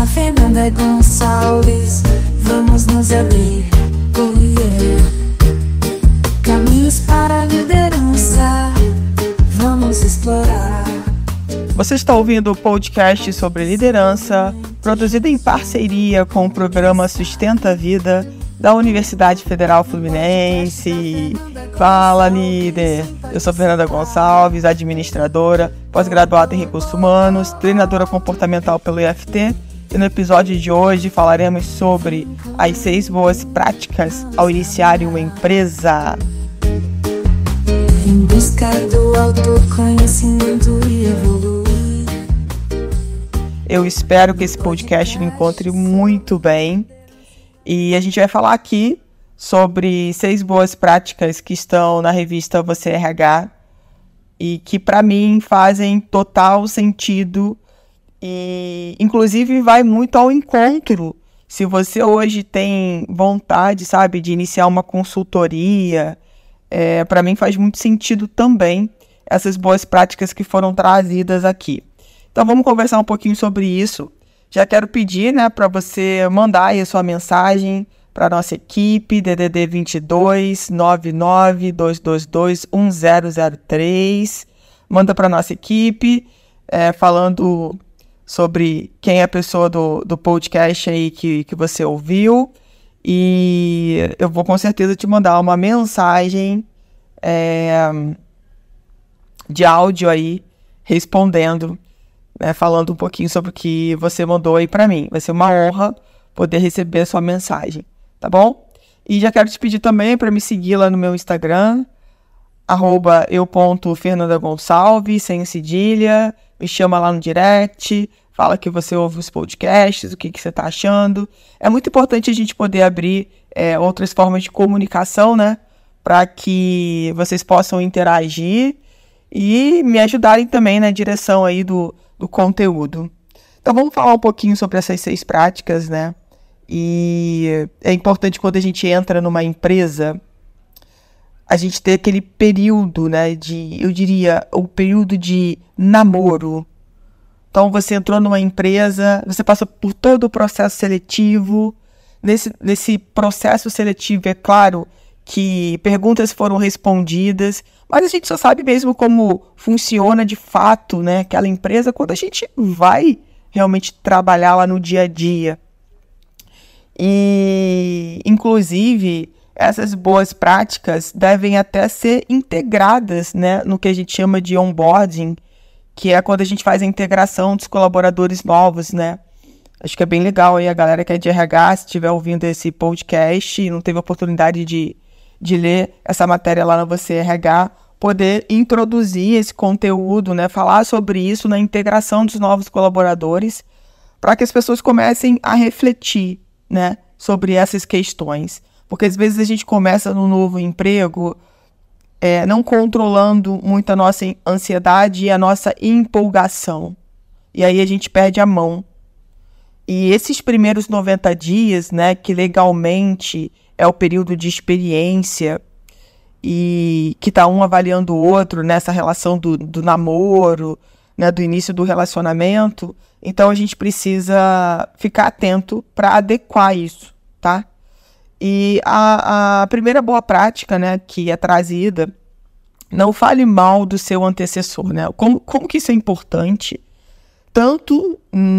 a Fernanda Gonçalves. Vamos nos abrir, viver caminhos para a liderança. Vamos explorar. Você está ouvindo o podcast sobre liderança, produzido em parceria com o programa Sustenta a Vida da Universidade Federal Fluminense. Fala, líder! Eu sou Fernanda Gonçalves, administradora, pós-graduada em Recursos Humanos, treinadora comportamental pelo IFT, e no episódio de hoje falaremos sobre as 6 boas práticas ao iniciar uma empresa. Em busca do autoconhecimento e evoluir. Eu espero que esse podcast lhe encontre muito bem. E a gente vai falar aqui sobre 6 boas práticas que estão na revista Você RH e que, para mim, fazem total sentido e, inclusive, vai muito ao encontro. Se você hoje tem vontade, sabe, de iniciar uma consultoria, para mim faz muito sentido também essas boas práticas que foram trazidas aqui. Então, vamos conversar um pouquinho sobre isso. Já quero pedir, para você mandar aí a sua mensagem para a nossa equipe, DDD 22 99 222 1003. Manda para a nossa equipe, falando sobre quem é a pessoa do podcast aí que você ouviu. E eu vou com certeza te mandar uma mensagem de áudio aí, respondendo, falando um pouquinho sobre o que você mandou aí para mim. Vai ser uma honra poder receber a sua mensagem, tá bom? E já quero te pedir também para me seguir lá no meu Instagram, @eu.fernandagonçalves, sem cedilha. Me chama lá no direct, fala que você ouve os podcasts, o que você está achando. É muito importante a gente poder abrir outras formas de comunicação, para que vocês possam interagir e me ajudarem também na direção aí do conteúdo. Então vamos falar um pouquinho sobre essas 6 práticas, E é importante quando a gente entra numa empresa, a gente ter aquele período, eu diria, o período de namoro. Então você entrou numa empresa, você passou por todo o processo seletivo. Nesse processo seletivo, é claro que perguntas foram respondidas, mas a gente só sabe mesmo como funciona de fato, aquela empresa quando a gente vai realmente trabalhar lá no dia a dia. E, inclusive, essas boas práticas devem até ser integradas, no que a gente chama de onboarding, que é quando a gente faz a integração dos colaboradores novos, Acho que é bem legal aí a galera que é de RH, se estiver ouvindo esse podcast e não teve a oportunidade de ler essa matéria lá no Você RH, poder introduzir esse conteúdo, falar sobre isso na integração dos novos colaboradores, para que as pessoas comecem a refletir, sobre essas questões. Porque às vezes a gente começa no novo emprego não controlando muito a nossa ansiedade e a nossa empolgação. E aí a gente perde a mão. E esses primeiros 90 dias, que legalmente é o período de experiência e que está um avaliando o outro nessa relação do namoro, do início do relacionamento, então a gente precisa ficar atento para adequar isso, tá? E a primeira boa prática, que é trazida, não fale mal do seu antecessor, Como que isso é importante? Tanto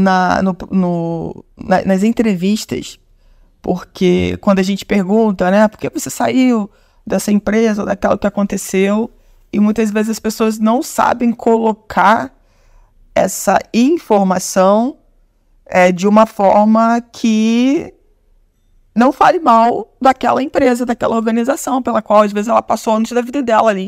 nas entrevistas, porque quando a gente pergunta, por que você saiu dessa empresa, daquilo que aconteceu, e muitas vezes as pessoas não sabem colocar essa informação de uma forma que não fale mal daquela empresa, daquela organização pela qual às vezes ela passou antes da vida dela ali.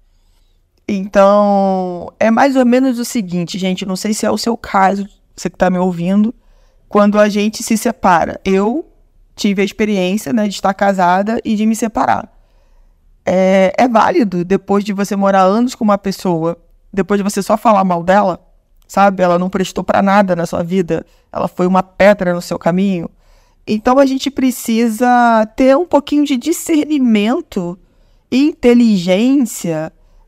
Então, é mais ou menos o seguinte, gente, não sei se é o seu caso, você que está me ouvindo, quando a gente se separa. Eu tive a experiência, de estar casada e de me separar. É válido, depois de você morar anos com uma pessoa, depois de você só falar mal dela, sabe? Ela não prestou para nada na sua vida, ela foi uma pedra no seu caminho. Então, a gente precisa ter um pouquinho de discernimento e inteligência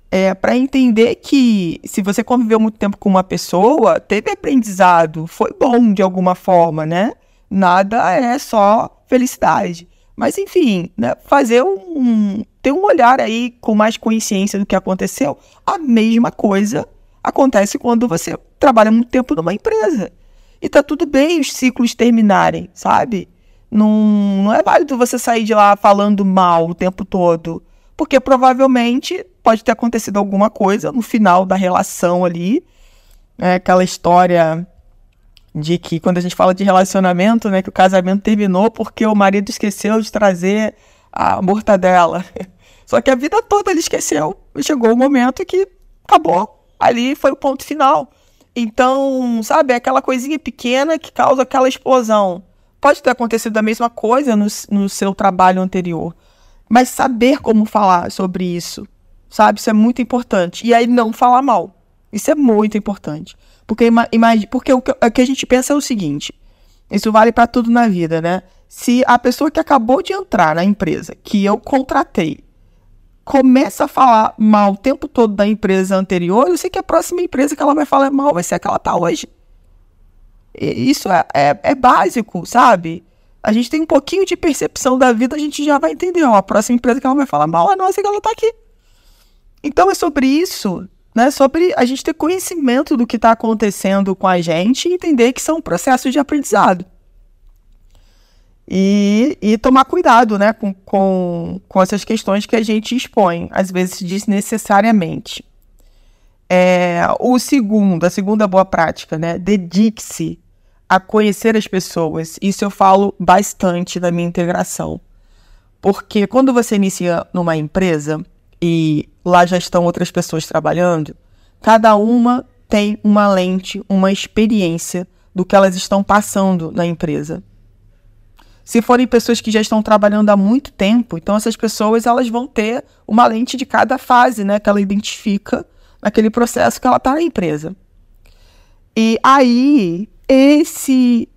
para entender que se você conviveu muito tempo com uma pessoa, teve aprendizado, foi bom de alguma forma, né? Nada é só felicidade. Mas, enfim, né? Ter um olhar aí com mais consciência do que aconteceu. A mesma coisa acontece quando você trabalha muito tempo numa empresa. E tá tudo bem os ciclos terminarem, sabe? Não é válido você sair de lá falando mal o tempo todo. Porque provavelmente pode ter acontecido alguma coisa no final da relação ali. Aquela história de que quando a gente fala de relacionamento, né, que o casamento terminou porque o marido esqueceu de trazer a mortadela. Só que a vida toda ele esqueceu. Chegou o momento que acabou. Ali foi o ponto final. Então, sabe, é aquela coisinha pequena que causa aquela explosão. Pode ter acontecido a mesma coisa no seu trabalho anterior. Mas saber como falar sobre isso, sabe? Isso é muito importante. E aí não falar mal. Isso é muito importante. Porque o que a gente pensa é o seguinte. Isso vale para tudo na vida, né? Se a pessoa que acabou de entrar na empresa, que eu contratei, começa a falar mal o tempo todo da empresa anterior, eu sei que a próxima empresa que ela vai falar mal vai ser a que ela tá hoje. E isso é básico, sabe? A gente tem um pouquinho de percepção da vida, a gente já vai entender, ó, a próxima empresa que ela vai falar mal é nossa que ela tá aqui. Então é sobre isso, né? Sobre a gente ter conhecimento do que está acontecendo com a gente e entender que são processos de aprendizado. E tomar cuidado, né, com essas questões que a gente expõe, às vezes desnecessariamente. A segunda boa prática, né? Dedique-se a conhecer as pessoas. Isso eu falo bastante na minha integração. Porque quando você inicia numa empresa e lá já estão outras pessoas trabalhando, cada uma tem uma lente, uma experiência do que elas estão passando na empresa. Se forem pessoas que já estão trabalhando há muito tempo, então essas pessoas elas vão ter uma lente de cada fase, né, que ela identifica naquele processo que ela está na empresa. E aí, esse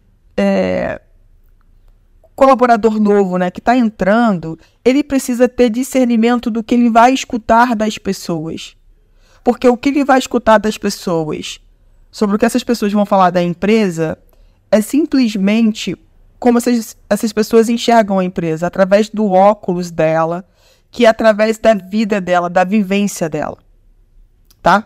colaborador novo, né, que está entrando, ele precisa ter discernimento do que ele vai escutar das pessoas. Porque o que ele vai escutar das pessoas, sobre o que essas pessoas vão falar da empresa, é simplesmente como essas pessoas enxergam a empresa, através do óculos dela, que é através da vida dela, da vivência dela. Tá?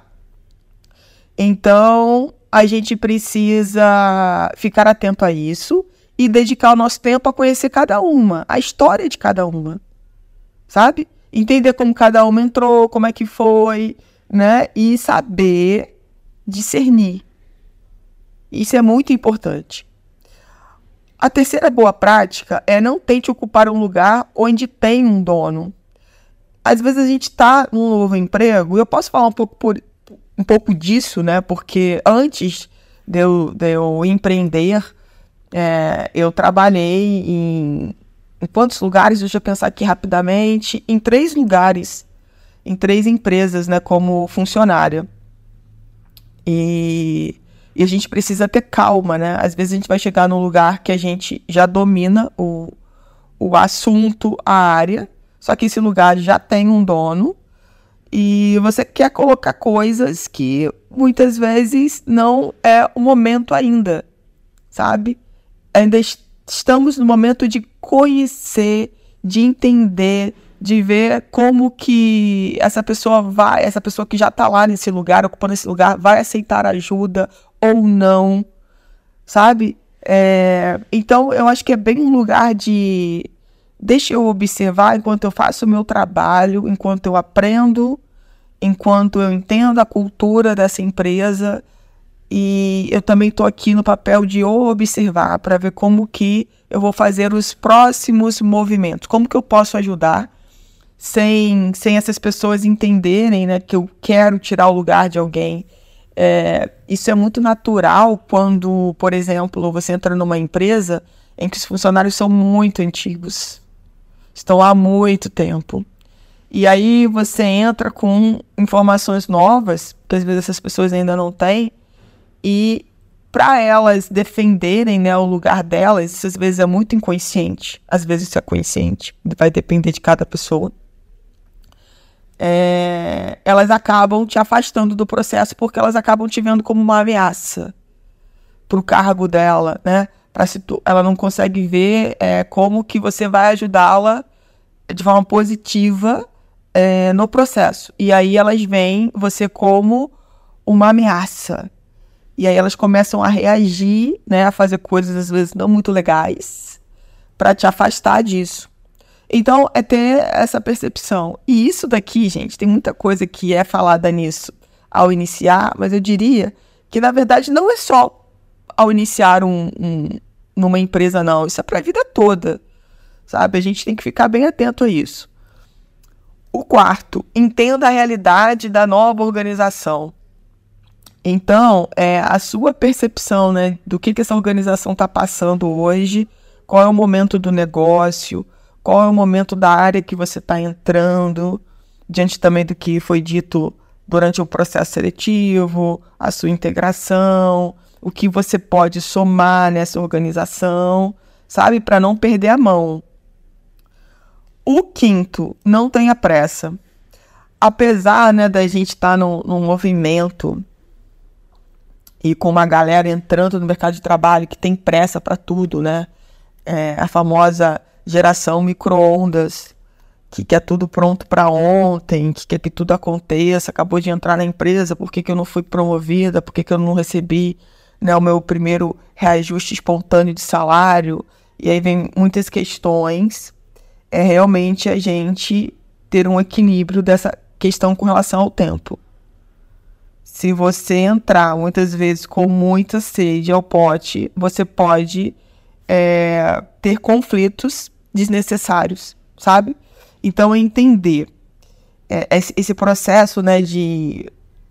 Então, a gente precisa ficar atento a isso e dedicar o nosso tempo a conhecer cada uma, a história de cada uma, sabe? Entender como cada uma entrou, como é que foi, né? E saber discernir. Isso é muito importante. A terceira boa prática é não tente ocupar um lugar onde tem um dono. Às vezes a gente está num novo emprego, e eu posso falar um pouco disso, né? Porque antes de eu empreender, eu trabalhei em quantos lugares? Deixa eu pensar aqui rapidamente. Em 3 lugares, em 3 empresas, né? Como funcionária. E a gente precisa ter calma, né? Às vezes a gente vai chegar num lugar que a gente já domina o assunto, a área, só que esse lugar já tem um dono e você quer colocar coisas que muitas vezes não é o momento ainda, sabe? Ainda estamos no momento de conhecer, de entender, de ver como que essa pessoa que já está lá nesse lugar, ocupando esse lugar, vai aceitar ajuda ou não, sabe? Então, eu acho que é bem um lugar de deixa eu observar enquanto eu faço o meu trabalho, enquanto eu aprendo, enquanto eu entendo a cultura dessa empresa, e eu também estou aqui no papel de observar para ver como que eu vou fazer os próximos movimentos, como que eu posso ajudar sem essas pessoas entenderem, né, que eu quero tirar o lugar de alguém. Isso é muito natural quando, por exemplo, você entra numa empresa em que os funcionários são muito antigos, estão há muito tempo. E aí você entra com informações novas, que às vezes essas pessoas ainda não têm, e para elas defenderem, né, o lugar delas, isso às vezes é muito inconsciente, às vezes isso é consciente, vai depender de cada pessoa. elas acabam te afastando do processo porque elas acabam te vendo como uma ameaça para o cargo dela, né? Ela não consegue ver como que você vai ajudá-la de forma positiva no processo. E aí elas veem você como uma ameaça. E aí elas começam a reagir, né? A fazer coisas às vezes não muito legais para te afastar disso. Então, é ter essa percepção. E isso daqui, gente, tem muita coisa que é falada nisso ao iniciar, mas eu diria que, na verdade, não é só ao iniciar numa empresa, não. Isso é para a vida toda, sabe? A gente tem que ficar bem atento a isso. O quarto, entenda a realidade da nova organização. Então, a sua percepção, né, do que essa organização está passando hoje, qual é o momento do negócio, qual é o momento da área que você está entrando, diante também do que foi dito durante o processo seletivo, a sua integração, o que você pode somar nessa organização, sabe? Para não perder a mão. O quinto, não tenha pressa. Apesar, né, da gente estar num movimento e com uma galera entrando no mercado de trabalho que tem pressa para tudo, né? A famosa geração micro-ondas, que quer tudo pronto para ontem, que quer que tudo aconteça, acabou de entrar na empresa, por que eu não fui promovida, por que eu não recebi, né, o meu primeiro reajuste espontâneo de salário, e aí vem muitas questões. É realmente a gente ter um equilíbrio dessa questão com relação ao tempo. Se você entrar muitas vezes com muita sede ao pote, você pode ter conflitos desnecessários, sabe? Então, entender esse processo, né, de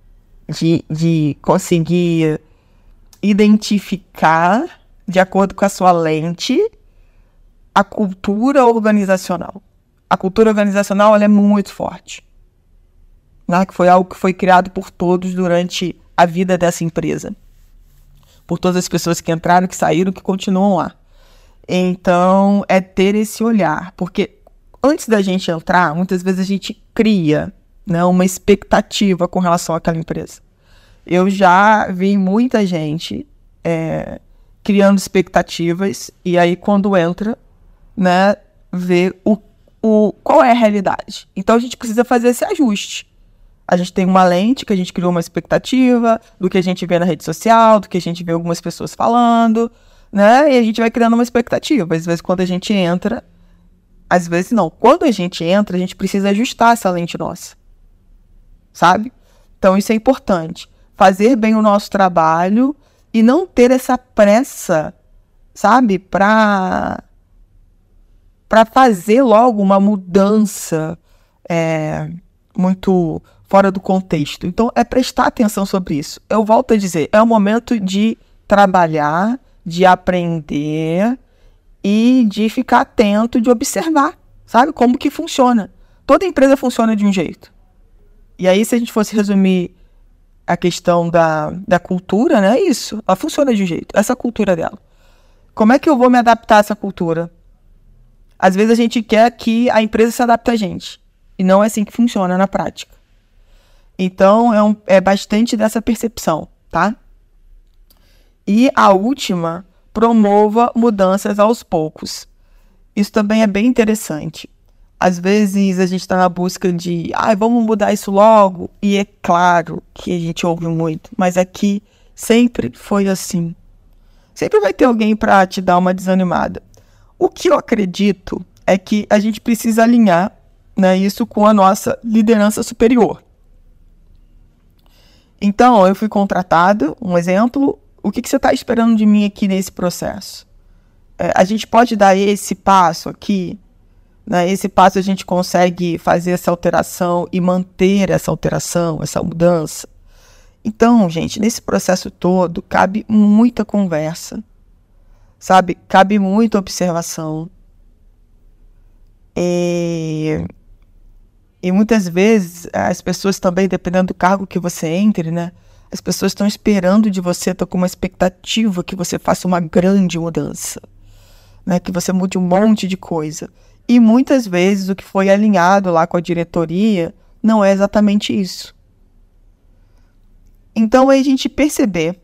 conseguir identificar, de acordo com a sua lente, a cultura organizacional. A cultura organizacional, ela é muito forte, né? Que foi algo que foi criado por todos durante a vida dessa empresa. Por todas as pessoas que entraram, que saíram, que continuam lá. Então, é ter esse olhar, porque antes da gente entrar, muitas vezes a gente cria, né, uma expectativa com relação àquela empresa. Eu já vi muita gente criando expectativas, e aí quando entra, né, ver qual é a realidade. Então, a gente precisa fazer esse ajuste. A gente tem uma lente que a gente criou uma expectativa do que a gente vê na rede social, do que a gente vê algumas pessoas falando, né? E a gente vai criando uma expectativa. Às vezes, quando a gente entra... Às vezes, não. Quando a gente entra, a gente precisa ajustar essa lente nossa. Sabe? Então, isso é importante. Fazer bem o nosso trabalho e não ter essa pressa, sabe? Para fazer logo uma mudança muito fora do contexto. Então, é prestar atenção sobre isso. Eu volto a dizer, é o momento de trabalhar, de aprender e de ficar atento, de observar, sabe, como que funciona. Toda empresa funciona de um jeito. E aí, se a gente fosse resumir a questão da cultura, né, é isso. Ela funciona de um jeito, essa cultura dela. Como é que eu vou me adaptar a essa cultura? Às vezes a gente quer que a empresa se adapte a gente. E não é assim que funciona na prática. Então, é bastante dessa percepção, tá? E a última, promova mudanças aos poucos. Isso também é bem interessante. Às vezes a gente está na busca de, vamos mudar isso logo. E é claro que a gente ouve muito, mas aqui sempre foi assim. Sempre vai ter alguém para te dar uma desanimada. O que eu acredito é que a gente precisa alinhar, né, isso com a nossa liderança superior. Então, eu fui contratado, um exemplo, o que você está esperando de mim aqui nesse processo? A gente pode dar esse passo aqui, né? Esse passo a gente consegue fazer essa alteração e manter essa alteração, essa mudança. Então, gente, nesse processo todo, cabe muita conversa, sabe? Cabe muita observação. E muitas vezes as pessoas também, dependendo do cargo que você entre, né? As pessoas estão esperando de você, estão com uma expectativa que você faça uma grande mudança, né? Que você mude um monte de coisa. E muitas vezes o que foi alinhado lá com a diretoria não é exatamente isso. Então, é a gente perceber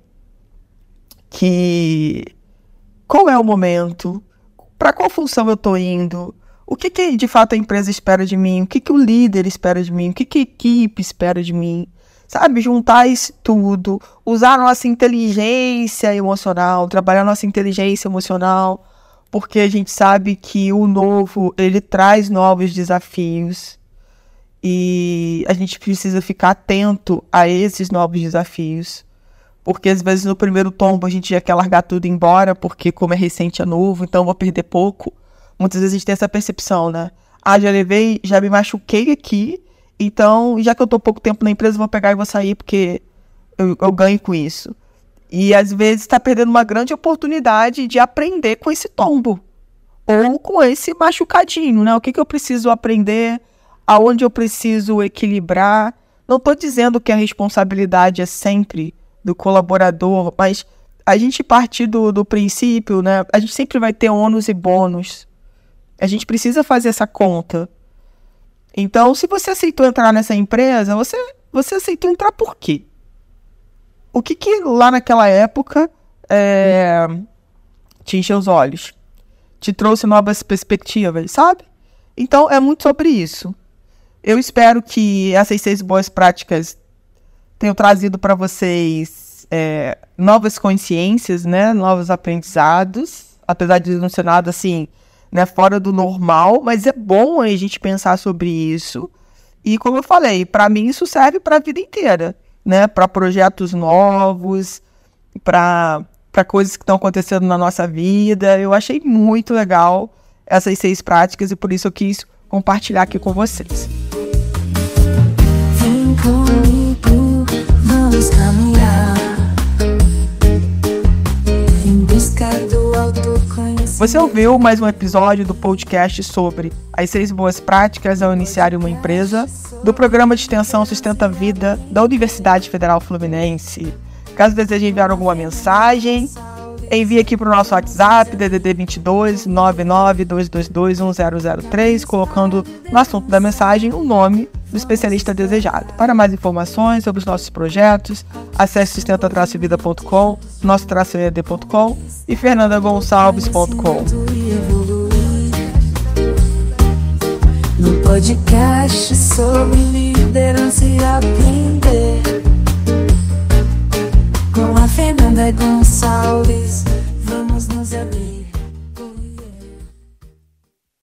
que qual é o momento, para qual função eu estou indo, o que de fato a empresa espera de mim, o que o líder espera de mim, o que a equipe espera de mim, sabe? Juntar isso tudo, usar a nossa inteligência emocional, trabalhar a nossa inteligência emocional, porque a gente sabe que o novo, ele traz novos desafios e a gente precisa ficar atento a esses novos desafios. Porque às vezes no primeiro tombo a gente já quer largar tudo e ir embora, porque como é recente é novo, então vou perder pouco. Muitas vezes a gente tem essa percepção, né? Já me machuquei aqui, então já que eu tô pouco tempo na empresa, vou pegar e vou sair porque eu ganho com isso. E às vezes está perdendo uma grande oportunidade de aprender com esse tombo. Ou com esse machucadinho, né? O que eu preciso aprender, aonde eu preciso equilibrar. Não estou dizendo que a responsabilidade é sempre do colaborador, mas a gente partir do princípio, né? A gente sempre vai ter ônus e bônus. A gente precisa fazer essa conta. Então, se você aceitou entrar nessa empresa, você aceitou entrar por quê? O que lá naquela época te encheu os olhos? Te trouxe novas perspectivas, sabe? Então, é muito sobre isso. Eu espero que essas 6 boas práticas tenham trazido para vocês novas consciências, né? Novos aprendizados, apesar de não ser nada assim, né, fora do normal, mas é bom a gente pensar sobre isso. E como eu falei, para mim isso serve para a vida inteira, né? Para projetos novos, para coisas que estão acontecendo na nossa vida. Eu achei muito legal essas 6 práticas e por isso eu quis compartilhar aqui com vocês. Vem comigo, vamos caminhar em busca do autoconhecimento. Você ouviu mais um episódio do podcast sobre as 6 boas práticas ao iniciar uma empresa, do programa de extensão Sustenta a Vida da Universidade Federal Fluminense. Caso deseje enviar alguma mensagem, envie aqui para o nosso WhatsApp, DDD 22 99222 1003, colocando no assunto da mensagem o nome do especialista desejado. Para mais informações sobre os nossos projetos, acesse sustenta-vida.com, nosso-ead.com e fernandagonçalves.com. No podcast sobre liderança e aprendizagem.